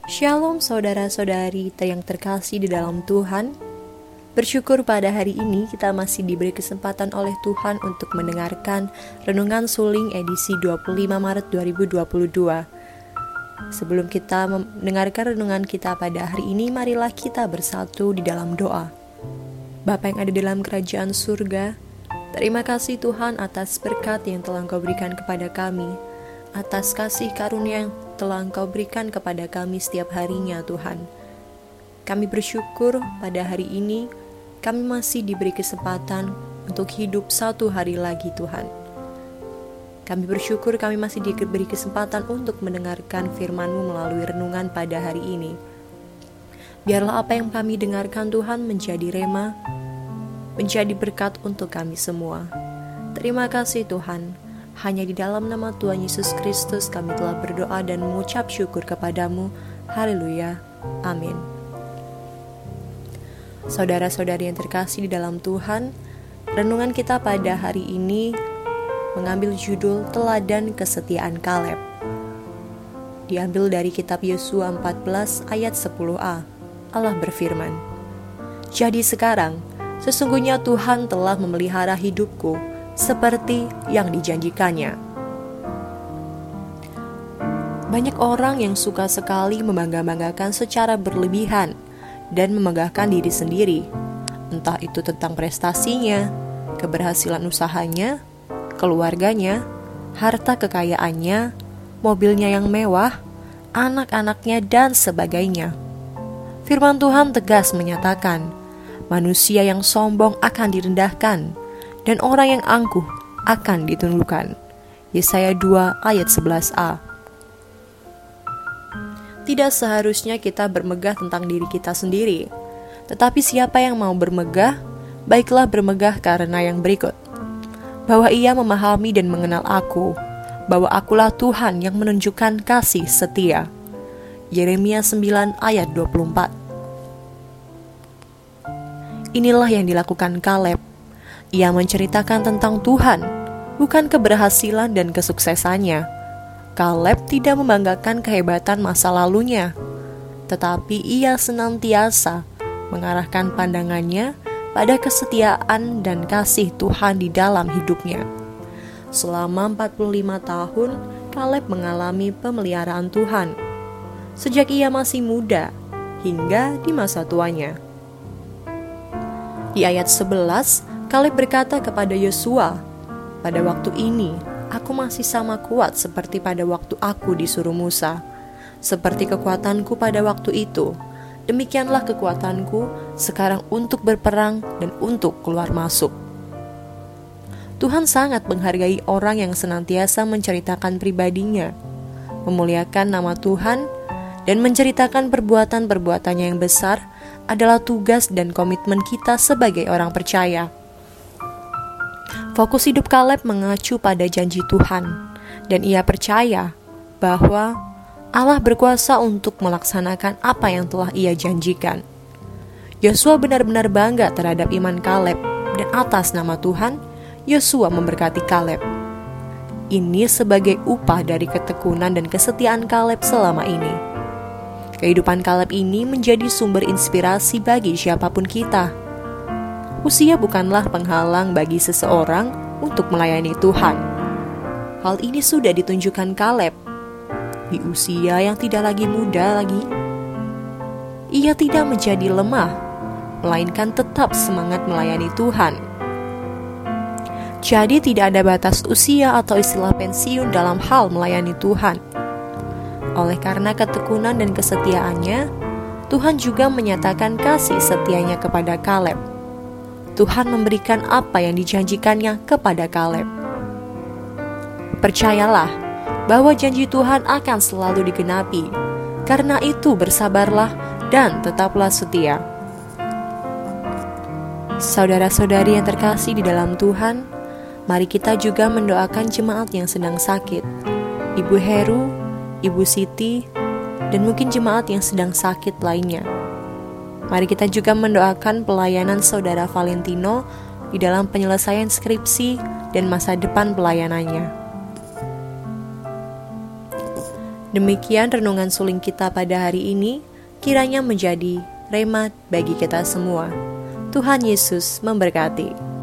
Shalom saudara-saudari yang terkasih di dalam Tuhan. Bersyukur pada hari ini kita masih diberi kesempatan oleh Tuhan untuk mendengarkan Renungan Suling edisi 25 Maret 2022. Sebelum kita mendengarkan renungan kita pada hari ini, marilah kita bersatu di dalam doa. Bapa yang ada dalam kerajaan surga, terima kasih Tuhan atas berkat yang telah Engkau berikan kepada kami, atas kasih karunia yang telah Engkau berikan kepada kami setiap harinya Tuhan. Kami bersyukur pada hari ini kami masih diberi kesempatan untuk hidup satu hari lagi Tuhan. Kami bersyukur kami masih diberi kesempatan untuk mendengarkan firman-Mu melalui renungan pada hari ini. Biarlah apa yang kami dengarkan Tuhan menjadi rema, menjadi berkat untuk kami semua. Terima kasih Tuhan. Hanya di dalam nama Tuhan Yesus Kristus kami telah berdoa dan mengucap syukur kepadamu. Haleluya. Amin. Saudara-saudari yang terkasih di dalam Tuhan, renungan kita pada hari ini mengambil judul Teladan Kesetiaan Kaleb. Diambil dari kitab Yosua 14 ayat 10a. Allah berfirman, "Jadi sekarang, sesungguhnya Tuhan telah memelihara hidupku seperti yang dijanjikannya." Banyak orang yang suka sekali membangga-banggakan secara berlebihan dan memegahkan diri sendiri, entah itu tentang prestasinya, keberhasilan usahanya, keluarganya, harta kekayaannya, mobilnya yang mewah, anak-anaknya, dan sebagainya. Firman Tuhan tegas menyatakan, manusia yang sombong akan direndahkan, dan orang yang angkuh akan ditundukkan. Yesaya 2 ayat 11a. Tidak seharusnya kita bermegah tentang diri kita sendiri. Tetapi siapa yang mau bermegah, baiklah bermegah karena yang berikut. Bahwa ia memahami dan mengenal aku, bahwa akulah Tuhan yang menunjukkan kasih setia. Yeremia 9 ayat 24. Inilah yang dilakukan Kaleb. Ia menceritakan tentang Tuhan, bukan keberhasilan dan kesuksesannya. Kaleb tidak membanggakan kehebatan masa lalunya, tetapi ia senantiasa mengarahkan pandangannya pada kesetiaan dan kasih Tuhan di dalam hidupnya. Selama 45 tahun, Kaleb mengalami pemeliharaan Tuhan, sejak ia masih muda hingga di masa tuanya. Di ayat 11, Kaleb berkata kepada Yosua, "Pada waktu ini, aku masih sama kuat seperti pada waktu aku disuruh Musa. Seperti kekuatanku pada waktu itu, demikianlah kekuatanku sekarang untuk berperang dan untuk keluar masuk." Tuhan sangat menghargai orang yang senantiasa menceritakan pribadinya, memuliakan nama Tuhan, dan menceritakan perbuatan-perbuatannya yang besar adalah tugas dan komitmen kita sebagai orang percaya. Fokus hidup Kaleb mengacu pada janji Tuhan, dan ia percaya bahwa Allah berkuasa untuk melaksanakan apa yang telah ia janjikan. Yosua benar-benar bangga terhadap iman Kaleb, dan atas nama Tuhan, Yosua memberkati Kaleb. Ini sebagai upah dari ketekunan dan kesetiaan Kaleb selama ini. Kehidupan Kaleb ini menjadi sumber inspirasi bagi siapapun kita. Usia bukanlah penghalang bagi seseorang untuk melayani Tuhan. Hal ini sudah ditunjukkan Kaleb. Di usia yang tidak lagi muda lagi, ia tidak menjadi lemah, melainkan tetap semangat melayani Tuhan. Jadi tidak ada batas usia atau istilah pensiun dalam hal melayani Tuhan. Oleh karena ketekunan dan kesetiaannya, Tuhan juga menyatakan kasih setianya kepada Kaleb. Tuhan memberikan apa yang dijanjikannya kepada Kaleb. Percayalah bahwa janji Tuhan akan selalu digenapi. Karena itu bersabarlah dan tetaplah setia. Saudara-saudari yang terkasih di dalam Tuhan, mari kita juga mendoakan jemaat yang sedang sakit. Ibu Heru, Ibu Siti, dan mungkin jemaat yang sedang sakit lainnya. Mari kita juga mendoakan pelayanan Saudara Valentino di dalam penyelesaian skripsi dan masa depan pelayanannya. Demikian renungan suling kita pada hari ini, kiranya menjadi rema bagi kita semua. Tuhan Yesus memberkati.